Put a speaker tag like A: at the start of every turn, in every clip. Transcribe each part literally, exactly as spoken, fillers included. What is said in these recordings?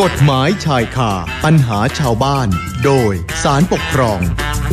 A: กฎหมายชายคาปัญหาชาวบ้านโดยศาลปกครอง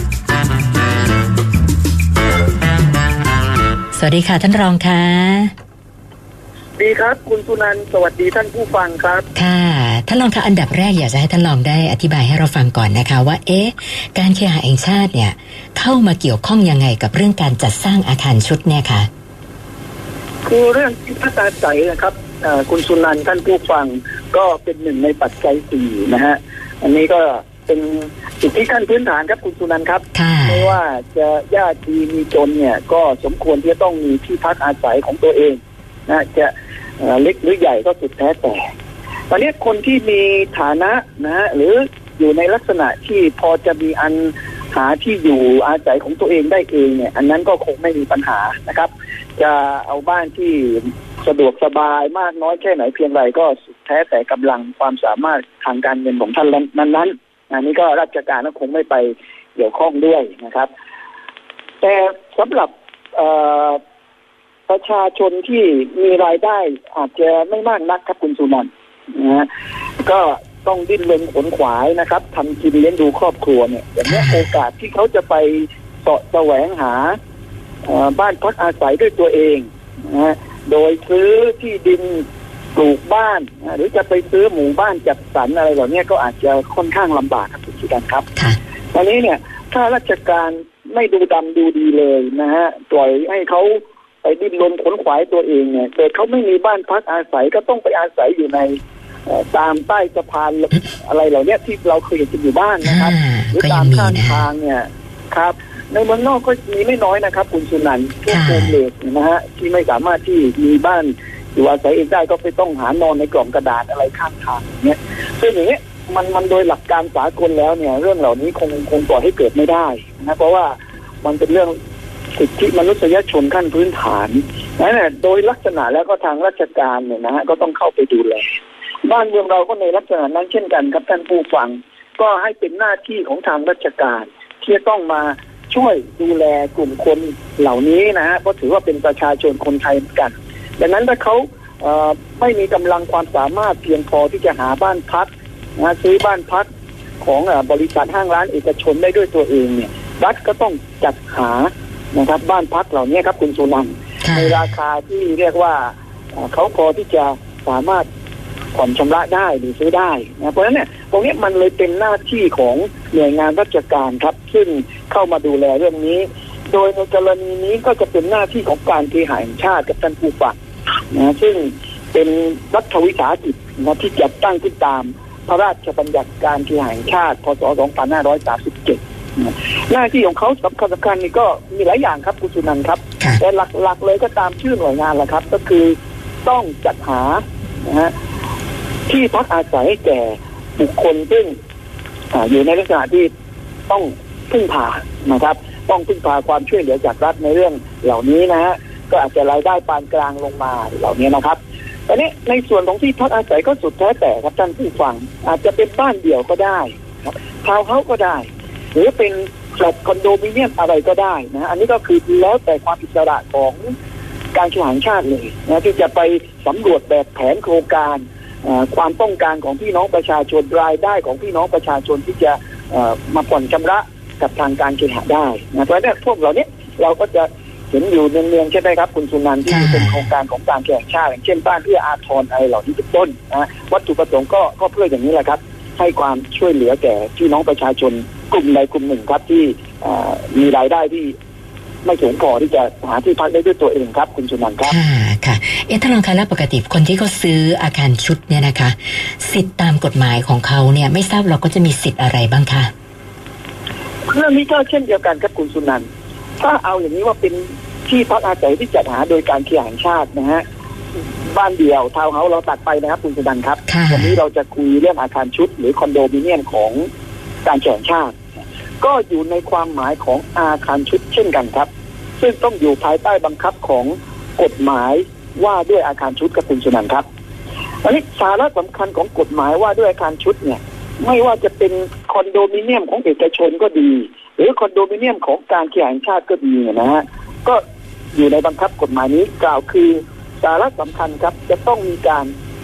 B: สวัสดีค่ะท่านรองค่ะ
C: ดีครับคุณสุนันท์สวัสดีท่านผู้ฟังครับ
B: ค่ะท่านรองคะอันดับแรกอยากจะให้ท่านรองได้อธิบายให้เราฟังก่อนนะคะว่าเอ๊ะการเคหะแห่งชาติเนี่ยเข้ามาเกี่ยวข้องยังไงกับเรื่องการจัดสร้างอาคารชุดเนี่ยค่ะ
C: คือเรื่องที่พัฒนาใจนะครับคุณสุนันท์ท่านผู้ฟังก็เป็นหนึ่งในปัจจัยสี่นะฮะอันนี้ก็เป็นสิทธิขั้นพื้นฐานครับคุณสุนันท์ครับไม่ว่าจะยากดีมีจนเนี่ยก็สมควรที่จะต้องมีที่พักอาศัยของตัวเองนะจะเล็กหรือใหญ่ก็สุดแท้แต่ตอนนี้คนที่มีฐานะนะฮะหรืออยู่ในลักษณะที่พอจะมีอันหาที่อยู่อาศัยของตัวเองได้เองเนี่ยอันนั้นก็คงไม่มีปัญหานะครับจะเอาบ้านที่สะดวกสบายมากน้อยแค่ไหนเพียงไรก็สุดแท้แต่กำลังความสามารถทางการเงินของท่านนั้นๆอันนี้ก็ราชการก็คงไม่ไปเกี่ยวข้องด้วยนะครับแต่สำหรับประชาชนที่มีรายได้อาจจะไม่มากนักครับคุณสุนันท์นะฮะก็ต้องดิ้นรนขนขวายนะครับทำกินเลี้ยงดูครอบครัวเนี่ยอย่างนี้โอกาสที่เขาจะไปเสาะแสวงหาบ้านพักอาศัยด้วยตัวเองนะโดยซื้อที่ดินปลูกบ้านหรือจะไปซื้อหมู่บ้านจัดสรรอะไรเหล่านี้ก็อาจจะค่อนข้างลำบากครับคุณสุนันท์ครับตอนนี้เนี่ยถ้าราชการไม่ดูดำดูดีเลยนะฮะปล่อยให้เขาไปดิ้นรนขนขวายตัวเองเนี่ยแต่เขาไม่มีบ้านพักอาศัยก็ต้องไปอาศัยอยู่ในตามใต้สะพานอะไรเหล่านี้ที่เราเคยเห็นอยู่บ้านนะครับหรือตามข้างทางเนี่ยครับในเมืองนอกก็มีไม่น้อยนะครับคุณสุนันท์พวกโฮมเลสนะฮะที่ไม่สามารถที่มีบ้านอยู่อาศัยเองได้ก็ไปต้องหานอนในกล่องกระดาษอะไรข้างทางอย่างเงี้ยซึ่งอย่างเงี้ยมันมันโดยหลักการสากลแล้วเนี่ยเรื่องเหล่านี้คงคงปล่อยให้เกิดไม่ได้นะเพราะว่ามันเป็นเรื่องสิทธิมนุษยชนขั้นพื้นฐานนั่นแหละโดยลักษณะแล้วก็ทางราชการเนี่ยนะฮะก็ต้องเข้าไปดูแลบ้านเมืองเราก็ในลักษณะนั้นเช่นกันครับท่านผู้ฟังก็ให้เป็นหน้าที่ของทางราชการที่จะต้องมาช่วยดูแลกลุ่มคนเหล่านี้นะฮะเพราะถือว่าเป็นประชาชนคนไทยเหมือนกันดังนั้นถ้าเขาเอ่อไม่มีกำลังความสามารถเพียงพอที่จะหาบ้านพักนะซื้อบ้านพักของบริษัทห้างร้านเอกชนได้ด้วยตัวเองเนี่ยรัฐก็ต้องจัดหานะครับบ้านพักเหล่านี้ครับคุณสุนันท์ในราคาที่เรียกว่าเขาพอที่จะสามารถผ่อนชำระได้หรือซื้อได้นะเพราะฉะนั้นเนี่ยตรงนี้มันเลยเป็นหน้าที่ของหน่วยงานราชการครับซึ่งเข้ามาดูแลเรื่องนี้โดยในกรณีนี้ก็จะเป็นหน้าที่ของการเคหะแห่งชาติกับท่านผู้ฟังนะซึ่งเป็นรัฐวิสาหกิจนะที่จัดตั้งขึ้นตามพระราชบัญญัติการเคหะแห่งชาติพ.ศ. สองพันห้าร้อยสามสิบเจ็ดหน้าที่ของเขาสำคัญสำคัญนี่ก็มีหลายอย่างครับคุณสุนันท์ครับแต่หลักๆเลยก็ตามชื่อหน่วยงานแหละครับก็คือต้องจัดหานะฮะที่พักอาศัยให้แก่บุคคลซึ่งอยู่ในลักษณะที่ต้องพึ่งพานะครับต้องพึ่งพาความช่วยเหลือจากรัฐในเรื่องเหล่านี้นะฮะก็อาจจะรายได้ปานกลางลงมาเหล่านี้นะครับตอนนี้ในส่วนของที่พักอาศัยก็สุดแท้แต่ครับท่านผู้ฟังอาจจะเป็นบ้านเดี่ยวก็ได้ครับทาวน์เฮ้าส์ก็ได้หรือเป็นแฟลตคอนโดมิเนียมอะไรก็ได้นะอันนี้ก็คือแล้วแต่ความอิสระของการเคหะแห่งชาติเลยนะที่จะไปสำรวจแบบแผนโครงการความต้องการของพี่น้องประชาชนรายได้ของพี่น้องประชาชนที่จะมาผ่อนชำระกับทางการเคหะได้นะเพราะฉะนั้นพวกเราเนี้ยเราก็จะเห็นอยู่เนืองๆใช่ไหมครับคุณสุนันท์ที่เป็นโครงการของการเคหะแห่งชาติอย่างเช่นบ้านเพื่ออาทรอะไรเหล่านี้เป็นต้นนะวัตถุประสงค์ก็ก็เพื่ออย่างนี้แหละครับให้ความช่วยเหลือแก่พี่น้องประชาชนกลุ่มใดกลุ่มหนึ่งครับที่มีรายได้ที่ไม่ถึงพอที่จะหาที่พักได้ด้วยตัวเองครับคุณสุนันท์ครับ
B: ค่ะค่ะเอ๊ะท่านรองคะแล้วปกติคนที่เขาซื้ออาคารชุดเนี่ยนะคะสิทธิตามกฎหมายของเขาเนี่ยไม่ทราบเราก็จะมีสิทธิ์อะไรบ้างคะ
C: เรื่องนี้ก็เช่นเดียวกันครับคุณสุนันท์ถ้าเอาอย่างนี้ว่าเป็นที่พักอาศัยที่จัดหาโดยการเคหะแห่งชาตินะฮะบ้านเดี่ยวทาวน์เฮ้าส์เราตัดไปนะครับคุณสุนันท์ครับวันนี้เราจะคุยเรื่องอาคารชุดหรือคอนโดมิเนียมของการเคหะแห่งชาติก็อยู่ในความหมายของอาคารชุดเช่นกันครับซึ่งต้องอยู่ภายใต้บังคับของกฎหมายว่าด้วยอาคารชุดกับคุณสุนันท์ครับอันนี้สาระสำคัญของกฎหมายว่าด้วยอาคารชุดเนี่ยไม่ว่าจะเป็นคอนโดมิเนียมของเอกชนก็ดีหรือคอนโดมิเนียมของการเคหะแห่งชาติก็ดีนะฮะก็อยู่ในบังคับกฎหมายนี้กล่าวคือสาระสำคัญครับจะต้องมีการ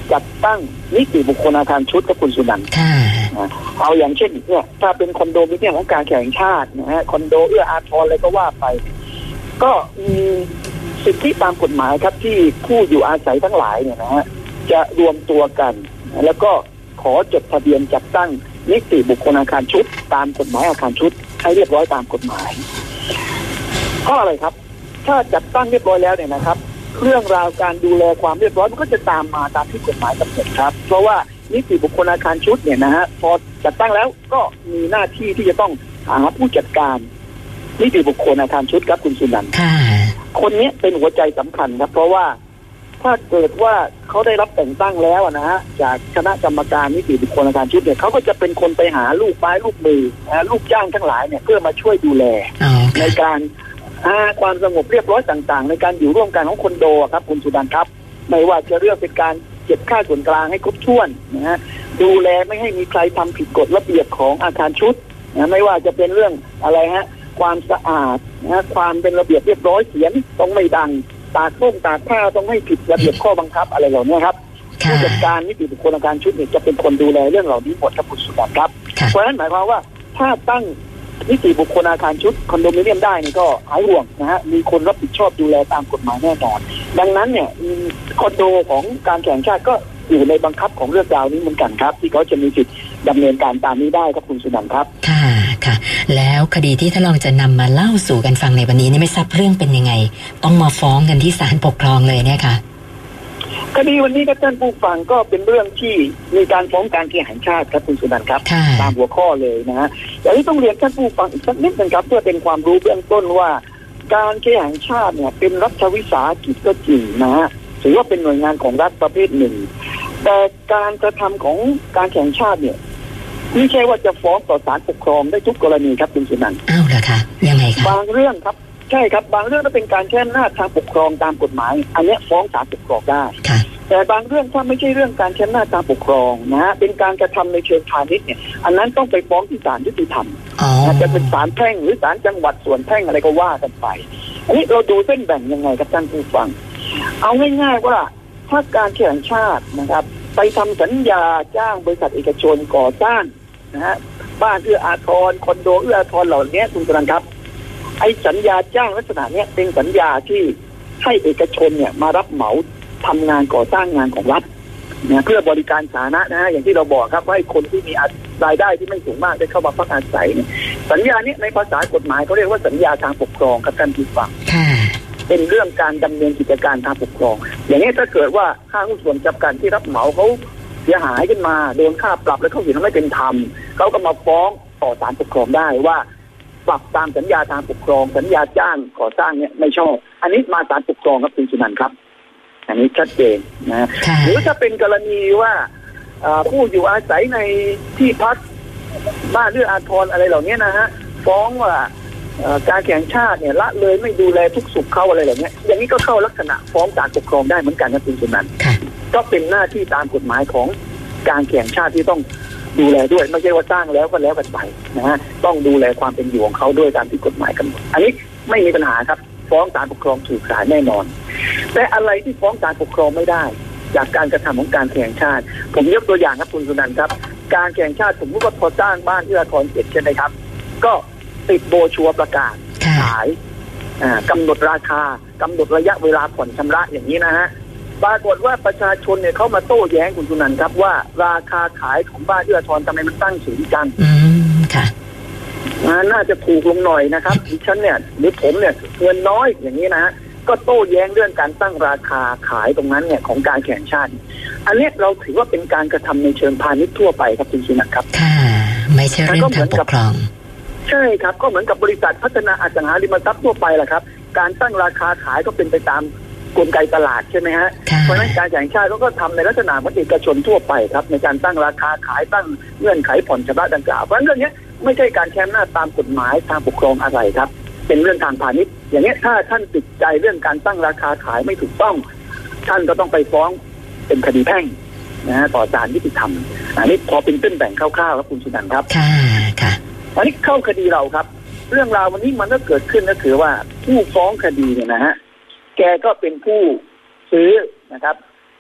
C: จัดตั้งนิติบุคคลอาคารชุดกับคุณสุนันท์เอาอย่างเช่นเนี่ยถ้าเป็นคอนโดมิเนียมของการแข่งชาตินะฮะคอนโดเอื้ออาทรอะไรก็ว่าไปก็มีสิทธิตามกฎหมายครับที่ผู้อยู่อาศัยทั้งหลายเนี่ยนะฮะจะรวมตัวกันแล้วก็ขอจดทะเบียนจัดตั้งนิติบุคคลอาคารชุดตามกฎหมายอาคารชุดให้เรียบร้อยตามกฎหมายเพราะอะไรครับถ้าจัดตั้งเรียบร้อยแล้วเนี่ยนะครับเรื่องราวการดูแลความเรียบร้อยมันก็จะตามมาตามที่กฎหมายกำหนดครับเพราะว่านิติบุคคลอาคารชุดเนี่ยนะฮะพอจัดตั้งแล้วก็มีหน้าที่ที่จะต้องหาผู้จัดการนิติบุคคลอาคารชุดครับคุณสุนันท์คนนี้เป็นหัวใจสำคัญครับเพราะว่าถ้าเกิดว่าเขาได้รับแต่งตั้งแล้วนะฮะจากคณะกรรมการนิติบุคคลอาคารชุดเนี่ยเขาก็จะเป็นคนไปหาลูกไม้ลูกมือนะลูกจ้างทั้งหลายเนี่ยเพื่อมาช่วยดูแลในการหาความสงบเรียบร้อยต่างๆในการอยู่ร่วมกันของคอนโดครับคุณสุนันท์ครับไม่ว่าจะเรื่องเป็นการเก็บค่าส่วนกลางให้ครบถ้วนนะฮะดูแลไม่ให้มีใครทำผิดกฎระเบียบของอาคารชุดนะไม่ว่าจะเป็นเรื่องอะไรฮะความสะอาดนะความเป็นระเบียบเรียบร้อยเสียงต้องไม่ดังตากร่มตากผ้าต้องไม่ผิดระเบียบข้อบังคับอะไรเหล่านี้ครับผู้จัดการนิติบุคคลอาคารชุดเนี่ยจะเป็นคนดูแลเรื่องเหล่านี้หมดครับคุณสุนันท์ครับเพราะฉะนั้นหมายความว่าถ้าตั้งนิติบุคคลอาคารชุดคอนโดมิเนียมได้นี่ก็หายห่วงนะฮะมีคนรับผิดชอบดูแลตามกฎหมายแน่นอนดังนั้นเนี่ยคอนโดของการแข่งชาติก็อยู่ในบังคับของเรื่องราวนี้เหมือนกันครับที่เขาจะมีสิทธิ์ดำเนินการตามนี้ได้ครับคุณสุนันท์ครับ
B: ค่ะค่ะแล้วคดีที่ท่านรองจะนำมาเล่าสู่กันฟังในวันนี้นี่ไม่ทราบเรื่องเป็นยังไงต้องมาฟ้องกันที่ศาลปกครองเลยเนี่ยค่ะ
C: คดีวันนี้ครับท่านผู้ฟังก็เป็นเรื่องที่มีการฟ้องการแข่งชาติครับคุณสุนันท์ครับตามหัวข้อเลยนะฮะแต่ที่ต้องเรียนท่านผู้ฟังอีกสักนิดนึงครับเพื่อเป็นความรู้เบื้องต้นว่าการแข่งชาติเนี่ยเป็นรัฐวิสาหกิจก็จริงนะฮะถือว่าเป็นหน่วยงานของรัฐประเภทหนึ่งแต่การกระทำของการแข่งชาติเนี่ยไม่ใช่ว่าจะฟ้องต่อศาลปกครองได้ทุกกรณีครับคุณสุนันท์
B: อ้าวเหรอคะยังไงคะ
C: บางเรื่องครับใช่ครับบางเรื่องถ้าเป็นการใช้อำนาจทางปกครองตามกฎหมายอันนี้ฟ้องศาลปกครองได้แต่บางเรื่องถ้าไม่ใช่เรื่องการใช้อำนาจทางปกครองนะฮะเป็นการกระทำในเชิงพาณิชย์เนี่ยอันนั้นต้องไปฟ้องที่ศาลยุติธรรมจะเป็นศาลแพ่งหรือศาลจังหวัดส่วนแพ่งอะไรก็ว่ากันไปอันนี้เราดูเส้นแบ่งยังไงครับท่านผู้ฟังเอาง่ายๆว่าถ้าการแข่งชาตินะครับไปทำสัญญาจ้างบริษัทเอกชนก่อสร้างนะฮะบ้านเอื้ออาทรคอนโดเอื้ออาทรเหล่านี้คุณกำลังครับไอ้สัญญาจ้างลักษณะเนี้ยเป็นสัญญาที่ให้เอกชนเนี่ยมารับเหมาทำงานก่อสร้างงานของรัฐนะเพื่อบริการสาธารณะนะฮะอย่างที่เราบอกครับว่าให้คนที่มีรายได้ที่ไม่สูงมากได้เข้ามาพักอาศัยเนี่ยสัญญานี้ในภาษากฎหมายเขาเรียกว่าสัญญาทางปกครองครับท่านผู้ฟังเป็นเรื่องการดำเนินกิจการทางปกครองอย่างนี้ถ้าเกิดว่าห้างหุ้นส่วนจำกัดที่รับเหมาเขาเสียหายขึ้นมาโดนค่าปรับแล้วเขาเห็นว่าไม่เป็นธรรมเขาก็มาฟ้องต่อศาลปกครองได้ว่าปรับตามสัญญาทางปกครองสัญญาจ้างก่อสร้างเนี่ยไม่ชอบอันนี้มาศาลปกครองครับคุณสุนันท์ครับอันนี้ชัดเจนนะหรือถ้าเป็นกรณีว่าผู้อยู่อาศัยในที่พักบ้านเอื้ออาทรอะไรเหล่านี้นะฮะฟ้องว่าการแข่งชาติเนี่ยละเลยไม่ดูแลทุกสุขเขาอะไรแบบนี้อย่างนี้ก็เข้าลักษณะฟ้องศาลปกครองได้เหมือนกันนะคุณสุนันท์ก็เป็นหน้าที่ตามกฎหมายของการแข่งชาติที่ต้องดูแลด้วยไม่ใช่ว่าสร้างแล้วก็แล้วกันไปนะฮะต้องดูแลความเป็นอยู่ของเขาด้วยตามที่กฎหมายกำหนดอันนี้ไม่มีปัญหาครับฟ้องศาลปกครองถูกศาลแน่นอนแต่อะไรที่ฟ้องศาลปกครองไม่ได้จากการกระทำของการแข่งชาติผมยกตัวอย่างครับคุณสุนันท์ครับการแข่งชาติสมมติว่าพอสร้างบ้านเอื้ออาทรเสร็จใช่ไหมครับก็ติดโบชัวประกาศขายกำหนดราคากำหนดระยะเวลาผ่อนชำระอย่างนี้นะฮะปรากฏว่าประชาชนเนี่ยเขามาโต้แย้งคุณสุนันท์ครับว่าราคาขายของบ้านเอื้ออาทรทำไมมันตั้งสูงจังค่ะน่าจะถูกลงหน่อยนะครับดิฉันเนี่ยหรือผมเนี่ยเงินน้อยอย่างนี้นะฮะก็โต้แย้งเรื่องการตั้งราคาขายตรงนั้นเนี่ยของการแข่งชาติอันนี้เราถือว่าเป็นการกระทำในเชิงพาณิชย์ทั่วไปครับคุณสุนันท์ครับ
B: ค่ะไม่ใช่เรื่องทางปกครอง
C: ใช่ครับก็เหมือนกับบริษัทพัฒนาอสังหาริมทรัพย์ทั่วไปแหละครับการตั้งราคาขายก็เป็นไปตามกลไกตลาดใช่ไหมฮะเพราะฉะนั้นการแข่งชาติก็ทำในลักษณะเหมือนเอกชนทั่วไปครับในการตั้งราคาขายตั้งเงื่อนไขผ่อนชำระดังกล่าวเพราะฉะนั้นเรื่องนี้ไม่ใช่การแข่งหน้าตามกฎหมายทางปกครองอะไรครับเป็นเรื่องทางพาณิชย์อย่างนี้ถ้าท่านติดใจเรื่องการตั้งราคาขายไม่ถูกต้องท่านก็ต้องไปฟ้องเป็นคดีแพ่งนะฮะต่อศาลยุติธรรมอันนี้พอเป็นเส้นแบ่งคร่าวๆครับคุณสุนันท์ครับ
B: ค่ะค่ะ
C: อันนี้เข้าคดีเราครับเรื่องราววันนี้มันก็เกิดขึ้นก็คือว่าผู้ฟ้องคดีเนี่ยนะฮะแกก็เป็นผู้ซื้อนะครับ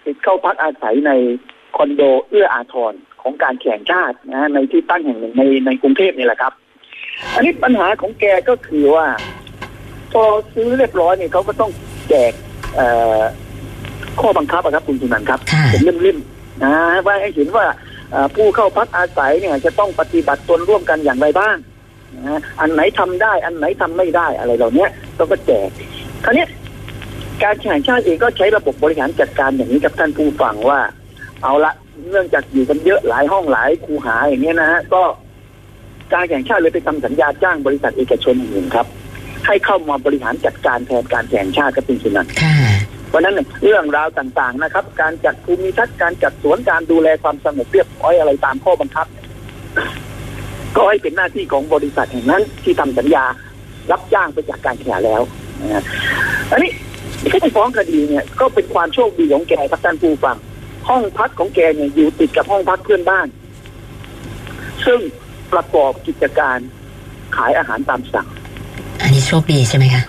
C: ติดเข้าพักอาศัยในคอนโดเอื้ออาทรของการแข่งชาตินะในที่ตั้งแห่งหนึ่งในในกรุงเทพนี่แหละครับอันนี้ปัญหาของแกก็คือว่าพอซื้อเรียบร้อยเนี่ยเขาก็ต้องแจกข้อบังคับครับคุณสุนันท์ครับเป็นเล่มๆนะว่าให้เห็นว่าผู้เข้าพักอาศัยเนี่ยจะต้องปฏิบัติตนร่วมกันอย่างไรบ้างนะอันไหนทำได้อันไหนทำไม่ได้อะไรเหล่านี้เราก็แจกคราวนี้การแข่งชาติเองก็ใช้ระบบบริหารจัดการอย่างนี้กับท่านผู้ฟังว่าเอาละเนื่องจากอยู่กันเยอะหลายห้องหลายคูหาอย่างนี้นะฮะก็การแข่งชาติเลยไปทำสัญญาจ้างบริษัทเอกชนแห่งหนึ่งครับให้เข้ามาบริหารจัดการแทนการแข่งชาติกับเป็นสุนันท์เพราะนั้นเรื่องราวต่างๆนะครับการจัดภูมิทัศน์การจัดสวนการดูแลความสงบเรียบร้อยอะไรตามข้อบังคับก็ให้เป็นหน้าที่ของบริษัทแห่งนั้นที่ทำสัญญารับจ้างไปจากการแข่งแล้วนะอันนี้ผู้ฟ้องคดีเนี่ยก็เป็นความโชคดีของแกครับท่านผู้ฟังห้องพักของแกเนี่ยอยู่ติดกับห้องพักเพื่อนบ้านซึ่งประกอบกิจการขายอาหารตามสั่ง
B: อันนี้โชคดีใช่ไหมคะ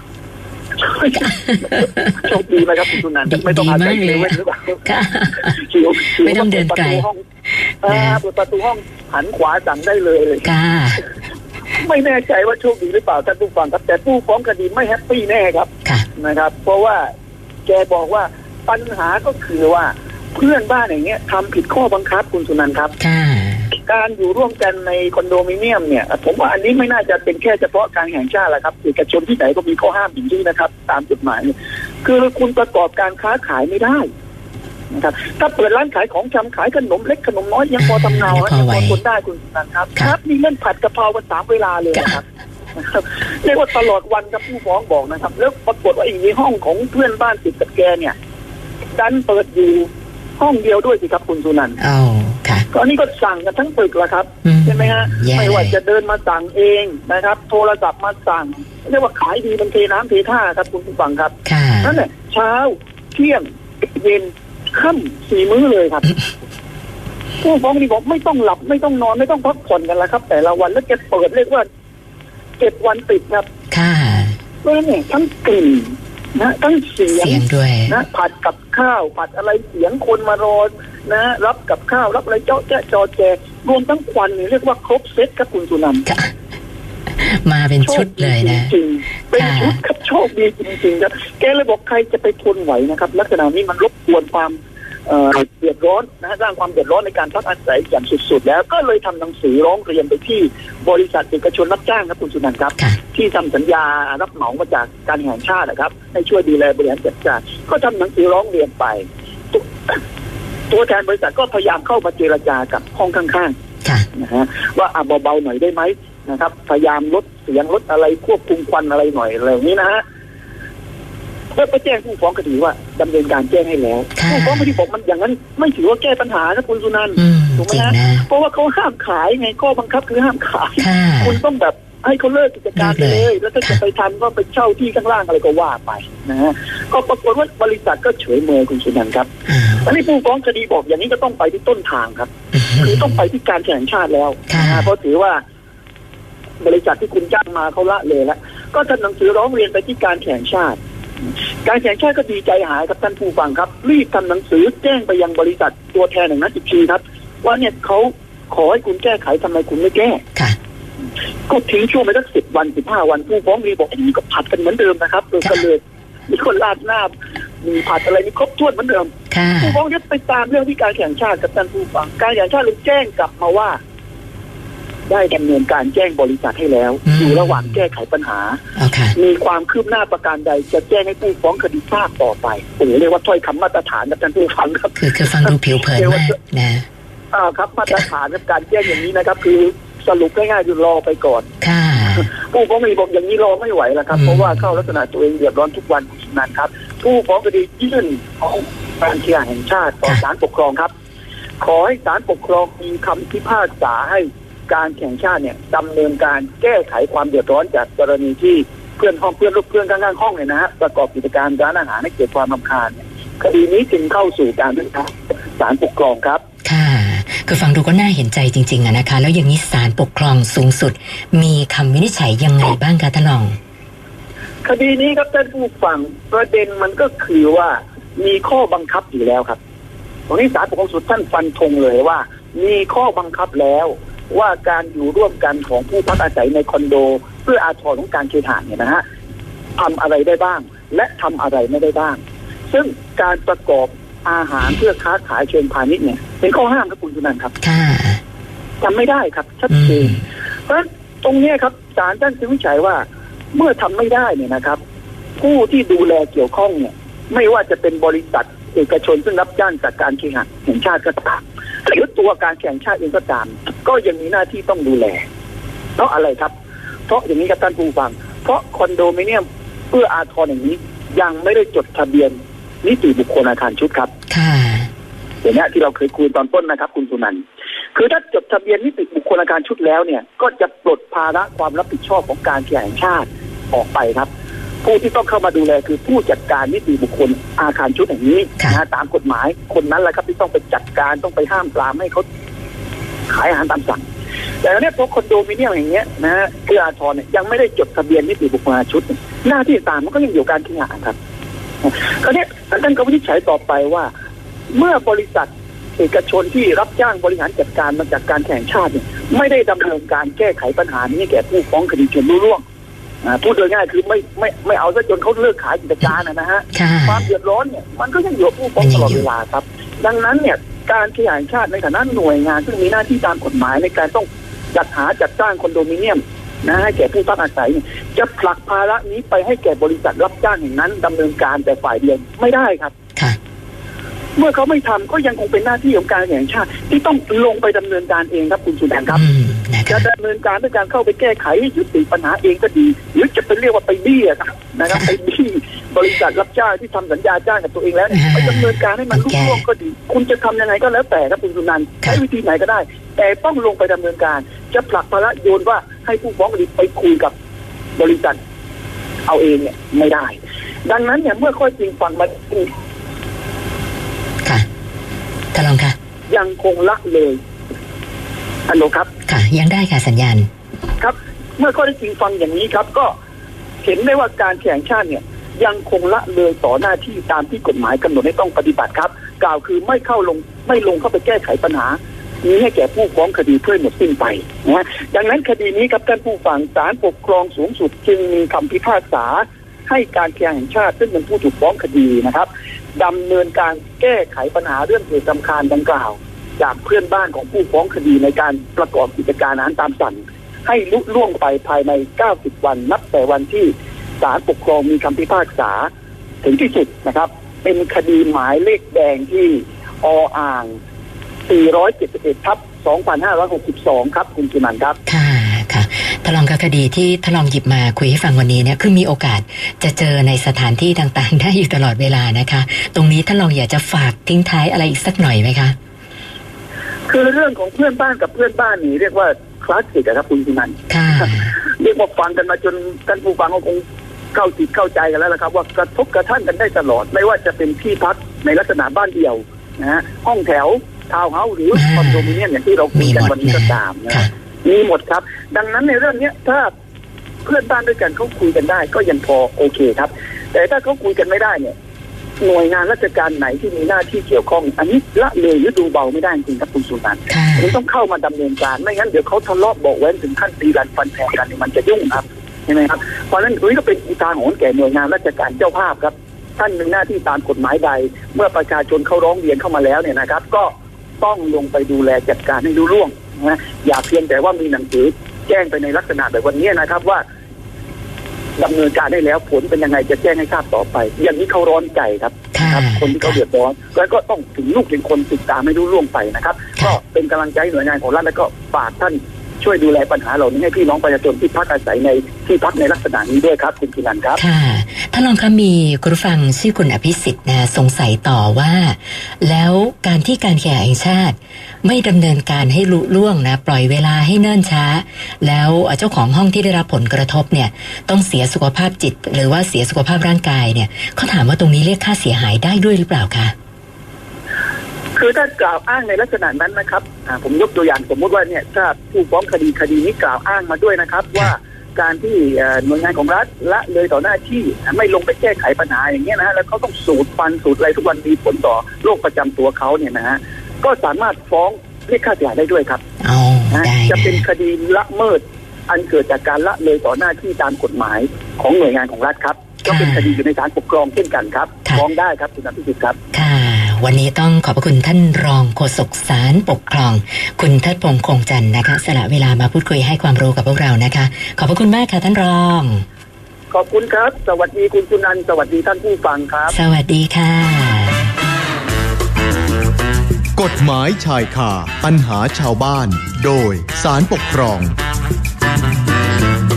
C: โชคดีไหมครับคุณสุนันท์ไม่ต้องอาศัยเลยหรือเปล่า
B: ไม่ต้องเดินไกล
C: เปิดประตูห้องหันขวาสั่งได้เลยไม่แน่ใจว่าโชคดีหรือเปล่าท่านผู้ฟังครับแต่ผู้ฟ้องคดีไม่แฮปปี้แน่ครับนะครับเพราะว่าแกบอกว่าปัญหาก็คือว่าเพื่อนบ้านอย่างเงี้ยทำผิดข้อบังคับคุณสุนันท์ครับการอยู่ร่วมกันในคอนโดมิเนียมเนี่ยผมว่าอันนี้ไม่น่าจะเป็นแค่เฉพาะการแห่งชาติแหละครับเอกชนที่ไหนก็มีข้อห้ามอย่างนี้นะครับตามกฎหมายคือคุณประกอบการค้าขายไม่ได้นะครับถ้าเปิดร้านขายของชำขายขนมเล็กขนมน้อยยังพอทำเนายังพอทนได้คุณสุนันท์ครับครับนี่เล่นผัดกะเพราวันสามเวลาเลยนะครับเรียกว่าตลอดวันครับผู้ฟ้องบอกนะครับแล้วปรากฏว่าอีกในห้องของเพื่อนบ้านติดกับแกเนี่ยดันเปิดอยู่ห้องเดียวด้วยสิครับคุณสุนันท์
B: อ๋อค่ะ
C: ก็นี่ก็สั่งกันทั้งตึกละครับใช่ไหมฮะไม่ว่าจะเดินมาสั่งเองนะครับโทรศัพท์มาสั่งเรียกว่าขายดีมันเทน้ำเทท่าครับคุณผู้ฟังครับนั่นแหละเช้าเที่ยงเย็นค่ำสี่มื้อเลยครับผู้ฟ้องนี่บอกไม่ต้องหลับไม่ต้องนอนไม่ต้องพักผ่อนกันละครับแต่ละวันแล้วแกเปิดเรียกว่าเจ็ดวันติดครับ
B: ค่ะ
C: เพราะเนี่ยทั้งกลิ่นนะทั้งเสียง
B: ด้วย
C: นะผัดกับข้าวผัดอะไรเสียงคนมารอนะรับกับข้าวรับอะไรเจาะแจ๊ะจอแจรวมทั้งควันเรียกว่าครบเซตครับคุณสุนันท์
B: มาเป็นชุดเลยนะ
C: จริงๆเป็นชุดครับโชคดีจริงๆครับแกเลยบอกใครจะไปทนไหวนะครับลักษณะนี้มันรบกวนความเดือดร้อนนะสร้างความเดือดร้อนในการพักอาศัยอย่างสุดๆแล้วก็เลยทำหนังสือร้องเรียนไปที่บริษัทเอกชนรับจ้างครับคุณสุนันท์ครับที่ทำสัญญารับเหมามาจากการแห่งชาตินะครับให้ช่วยดูแลบริหารจัดการก็ทำหนังสือร้องเรียนไปตัวแทนบริษัทก็พยายามเข้ามาเจรจากับห้องข้างๆนะฮะว่าอ่ะเบาๆหน่อยได้ไหมนะครับพยายามลดเสียงลดอะไรควบคุมควันอะไรหน่อยอะไรอย่างนี้นะฮะเพื่อไปแจ้งผู้ฟ้องคดีว่าดำเนินการแจ้งให้แล้วผู้ฟ้องคดีบอกมันอย่างนั้นไม่ถือว่าแก้ปัญหานะคุณสุนันท์ถูกไหมฮะเพราะว่าเขาห้ามขายไงข้อบังคับคือห้ามขายคุณต้องแบบให้เขาเลิกกิจการไปเลยแล้วถ้าจะไปทำก็ไปเช่าที่ข้างล่างอะไรก็ว่าไปนะฮะก็ปรากฏว่าบริษัทก็เฉยเมยคุณสุนันท์ครับอันนี้ผู้ฟ้องคดีบอกอย่างนี้ก็ต้องไปที่ต้นทางครับคือต้องไปที่การแข่งชาติแล้วนะเพราะถือว่าบริษัทที่คุณจ้างมาเขาละเลยแล้วก็ทำหนังสือร้องเรียนไปที่การแข่งชาติการแข่งชาติก็ดีใจหายครับท่านผู้ฟังครับรีบทำหนังสือแจ้งไปยังบริษัทตัวแทนหนึ่งนะอีกทีครับว่าเนี่ยเขาขอให้คุณแก้ไขทำไมคุณไม่แก้ก็ทิ้งช่วงไปสักสิบวันสิบห้าวันผู้ฟ้องมีบอกไอ้นี่ก็ผัดกันเหมือนเดิมนะครับโดยกันเลยมีคนราดหน้ามีผัดอะไรมีครบถ้วนเหมือนเดิมผู้ฟ้องเนี่ยไปตามเรื่องที่การแข่งชาติกับท่านผู้ฟังการแข่งชาติเลยแจ้งกลับมาว่าได้ดำเนินการแจ้งบริษัทให้แล้วอยู่ระหว่างแก้ไขปัญหา
B: okay.
C: มีความคืบหน้าประการใดจะแจ้งให้ผู้ฟ้องคดีทราบต่อไปโอ้เรียกว่าถ้อยคำมาตรฐานกับท่านผู้ฟังครับ
B: คือคือฟังดูผิวเผินมากนะ
C: อ่าครับมาตรฐานกับการแจ้งอย่างนี้นะครับคือสรุปง่ายๆอยู่รอไปก่อนผู้ฟ้องคดีบอกอย่างนี้รอไม่ไหวแล้วครับเพราะว่าเข้าลักษณะตัวเองเดือดร้อนทุกวันนั่นครับผู้ฟ้องคดียื่นของการเคหะแห่งชาติต่อศาลปกครองครับขอให้ศาลปกครองมีคำพิพากษาให้การแข่งชาติเนี่ยดำเนินการแก้ไขความเดือดร้อนจากกรณีที่เพื่อนห้องเพื่อนลูกเพื่อนข้างๆห้องเนี่ยนะฮะประกอบกิจการร้านอาหารให้เกิดความรำคาญเนี่ยคดีนี้จึงเข้าสู่การพิพากษาศาลปกครองครับ
B: ค่ะคือฟังดูก็น่าเห็นใจจริงๆอะนะคะแล้วอย่างนี้ศาลปกครองสูงสุดมีคำวินิจฉัยยังไงบ้างคะท่านรอง
C: คดีนี้ครับท่านผู้ฟังประเด็นมันก็คือว่ามีข้อบังคับอยู่แล้วครับตรงนี้ศาลปกครองสูงสุดท่านฟันธงเลยว่ามีข้อบังคับแล้วว่าการอยู่ร่วมกันของผู้พักอาศัยในคอนโดเพื่ออาทรของการเคหะเนี่ยนะฮะทำอะไรได้บ้างและทำอะไรไม่ได้บ้างซึ่งการประกอบอาหารเพื่อค้าขายเชิงพาณิชย์เนี่ยเป็นข้อห้ามครับคุณสุนันท์ครับทำไม่ได้ครับชัดเจนเพราะฉะนั้นตรงนี้ครับศาลท่านวินิจฉัยว่าเมื่อทำไม่ได้เนี่ยนะครับผู้ที่ดูแลเกี่ยวข้องเนี่ยไม่ว่าจะเป็นบริษัทเอกชนซึ่งรับจ้างจากการเคหะแห่งชาติก็ตามหรือตัวการแข่งชาติเองก็ตามก็ยังมีหน้าที่ต้องดูแลเพราะอะไรครับเพราะอย่างนี้ครับท่านผู้ฟังเพราะคอนโดมิเนียมเพื่ออาทรอย่างนี้ยังไม่ได้จดทะเบียนนิติบุคคลอาคารชุดครับค่ะอย่างนี้ที่เราเคยคุยตอนต้นนะครับคุณสุนันท์คือถ้าจดทะเบียนนิติบุคคลอาคารชุดแล้วเนี่ยก็จะปลดภาระความรับผิดชอบของการแข่งชาติออกไปครับผู้ที่ต้องเข้ามาดูแลคือผู้จัดการนิติบุคคลอาคารชุดอย่างนี้นะตามกฎหมายคนนั้นแหละครับที่ต้องไปจัดการต้องไปห้ามปรามให้เขาขายอาหารตามสั่งแต่เนี่ยพวกคอนโดมิเนียมอย่างเงี้ยนะฮะคืออาทรเนี่ยยังไม่ได้จดทะเบียนนิติบุคคลอาคารชุดหน้าที่ตามมันก็ยังอยู่การเคหะครับคราวนี้ท่านก็วินิจฉัยต่อไปว่าเมื่อบริษัทเอกชนที่รับจ้างบริหารจัดการมาจากการแข่งชาติเนี่ยไม่ได้ดำเนินการแก้ไขปัญหานี้แก่ผู้ฟ้องคดีจนรุ่งร่วงพูดโดยง่ายคือไม่ไม่ไม่เอาซะจนเขาเลิกขายกิจการนะฮะความเดือดร้อนเนี่ยมันก็ยังอยู่ผู้ฟ้องตลอดเวลาครับดังนั้นเนี่ยการเคหะแห่งชาติในฐานะหน่วยงานซึ่งมีหน้าที่ตามกฎหมายในการต้องจัดหาจัดสร้างคอนโดมิเนียมนะให้แก่ผู้พักอาศัยจะผลักภาระนี้ไปให้แก่บริษัทรับจ้างแห่งนั้นดำเนินการแต่ฝ่ายเดียวไม่ได้ครับเมื่อเขาไม่ทำก็ยังคงเป็นหน้าที่ของการแข่งชาติที่ต้องลงไปดำเนินการเองครับคุณสุนันท์ครับจะดำเนินการด้วยการเข้าไปแก้ไขยุติปัญหาเองก็ดีหรือจะเป็นเรียกว่าไปบี้นะครับไปบี้บริษัทรับจ้างที่ทำสัญญาจ้างกับตัวเองแล้วไปดำเนินการให้มันรุ่งเรืองก็ดีคุณจะทำยังไงก็แล้วแต่ครับคุณสุนันท์ใช้วิธีไหนก็ได้แต่ต้องลงไปดำเนินการจะผลักภาระโยนว่าให้ผู้ฟ้องคดีไปคุยกับบริษัทเอาเองเนี่ยไม่ได้ดังนั้นเนี่ยเมื่อข้อจริงฟังมา
B: ค่ะท่านรองค่ะ
C: ยังคงละเลยฮัลโหลครับ
B: ค่ะยังได้ค่ะสัญญาณ
C: ครับเมื่อข้อจริงฟังอย่างนี้ครับก็เห็นได้ว่าการแข่งชาติเนี่ยยังคงละเลยต่อหน้าที่ตามที่กฎหมายกำหนดให้ต้องปฏิบัติครับกล่าวคือไม่เข้าลงไม่ลงเข้าไปแก้ไขปัญหานี้ให้แก่ผู้ฟ้องคดีเพื่อหมดสิ้นไปนะดังนั้นคดีนี้ครับท่านผู้ฟังศาลปกครองสูงสุดจึงมีคำพิพากษาให้การแข่งชาติซึ่งเป็นผู้ถูกฟ้องคดีนะครับดำเนินการแก้ไขปัญหาเรื่องเหตุรำคาญดังกล่าวจากเพื่อนบ้านของผู้ฟ้องคดีในการประกอบกิจการอาหารตามสั่งให้ลุล่วงไปภายในเก้าสิบวันนับแต่วันที่ศาลปกครองมีคำพิพากษาถึงที่สุดนะครับเป็นคดีหมายเลขแดงที่ออ่างสี่ร้อยเจ็ดสิบเอ็ดทับสองพันห้าร้อยหกสิบสองครับคุณสุนันท์ครับ
B: ค่ะค่ะท่านรองคดีที่ท่านรองหยิบมาคุยให้ฟังวันนี้เนี่ยคือมีโอกาสจะเจอในสถานที่ต่างๆได้อยู่ตลอดเวลานะคะตรงนี้ท่านรองอยากจะฝากทิ้งท้ายอะไรอีกสักหน่อยไหมคะ
C: คือเรื่องของเพื่อนบ้านกับเพื่อนบ้านนี่เรียกว่าคลาสสิกครับคุณสุนันท์
B: ค่ะ
C: เรียกว่าฟังกันมาจนท่านผู้ฟังก็คงเข้าจิตเข้าใจกันแล้วละครับว่ากระทบกระทั่งกันได้ตลอดไม่ว่าจะเป็นที่พักในลักษณะบ้านเดี่ยวนะฮะห้องแถวทาวน์เฮาส์หรือคอนโดมิเนียมอย่างที่เราคุยกันวันนี้ก็ตามนะมีหมดครับดังนั้นในเรื่องนี้ถ้าเพื่อนบ้านด้วยกันเขาคุยกันได้ก็ยังพอโอเคครับแต่ถ้าเขาคุยกันไม่ได้เนี่ยหน่วยงานราชการไหนที่มีหน้าที่เกี่ยวข้องอันนี้ละเลยหรือดูเบาไม่ได้จริงครับคุณสุนันท์มันต้องเข้ามาดำเนินการไม่งั้นเดี๋ยวเขาทะเลาะเบาะแว้งถึงขั้นตีรันฟันแทงกันมันจะยุ่งครับใช่ไหมครับเพราะฉะนั้นตรงนี้ก็เป็นอุทาหรณ์แก่หน่วยงานราชการเจ้าภาพครับท่านมีหน้าที่ตามกฎหมายใดเมื่อประชาชนเขาร้องเรียนเข้ามาแล้วเนี่ยนะครับก็ต้องลงไปดูแลจัดการให้รู้ล่วงนะอย่าเพียงแต่ว่ามีหนังสือแจ้งไปในลักษณะแบบวันนี้นะครับว่าดำเนินการได้แล้วผลเป็นยังไงจะแจ้งให้ทราบต่อไปอย่างนี้เขาร้อนใจครับครับคนที่เขาเดือดร้อนแล้วก็ต้องถึงลูกถึงคนติดตามให้รู้ล่วงไปนะครับก็เป็นกำลังใจหน่วยงานของรัฐแล้วก็ฝากท่านช่วยดูแลปัญหาเหล่านี้ให้พี่น้องประชาชนที่พักอาศัยในที่พักในลักษณะนี้ด้วยครับคุณกินันครับ
B: ค่ะท่านรองคะมีคุณผู้ฟังชื่อคุณอภิสิทธิ์นะสงสัยต่อว่าแล้วการที่การแข่งแห่งชาติไม่ดำเนินการให้ลุล่วงนะปล่อยเวลาให้เนิ่นช้าแล้วเจ้าของห้องที่ได้รับผลกระทบเนี่ยต้องเสียสุขภาพจิตหรือว่าเสียสุขภาพร่างกายเนี่ยเขาถามว่าตรงนี้เรียกค่าเสียหายได้ด้วยหรือเปล่าคะ
C: คือถ้ากล่าวอ้างในลักษณะนั้นนะครับผมยกตัวอย่างสมมุติว่าเนี่ยถ้าผู้ฟ้องคดีคดีนี้กล่าวอ้างมาด้วยนะครับว่าการที่หน่วยงานของรัฐละเลยต่อหน้าที่ไม่ลงไปแก้ไขปัญหาอย่างเงี้ยนะฮะแล้วเขาต้องสูดฟันสูดอะไรทุกวันมีผลต่อโรคประจำตัวเขาเนี่ยนะฮะก็สามารถฟ้องเรียกค่าเสียหายได้ด้วยครับจะเป็นคดีละเมิดอันเกิดจากการละเลยต่อหน้าที่ตามกฎหมายของหน่วยงานของรัฐครับก็เป็นคดีอยู่ในศาลปกครองเช่นกันครับฟ้องได้ครับคุณอภิสิทธิ์ครับ
B: ค่ะวันนี้ต้องขอบพระคุณท่านรองโฆษกศาลปกครองคุณเทิดพงษ์คงจันทร์นะคะสละเวลามาพูดคุยให้ความรู้กับพวกเรานะคะขอบพระคุณมากค่ะท่านรอง
C: ขอบคุณครับสวัสดีคุณสุนันท์สวัสดีท่านผู้ฟังครับ
B: สวัสดีค่ะ
A: กฎหมายชายคาปัญหาชาวบ้านโดยศาลปกครอง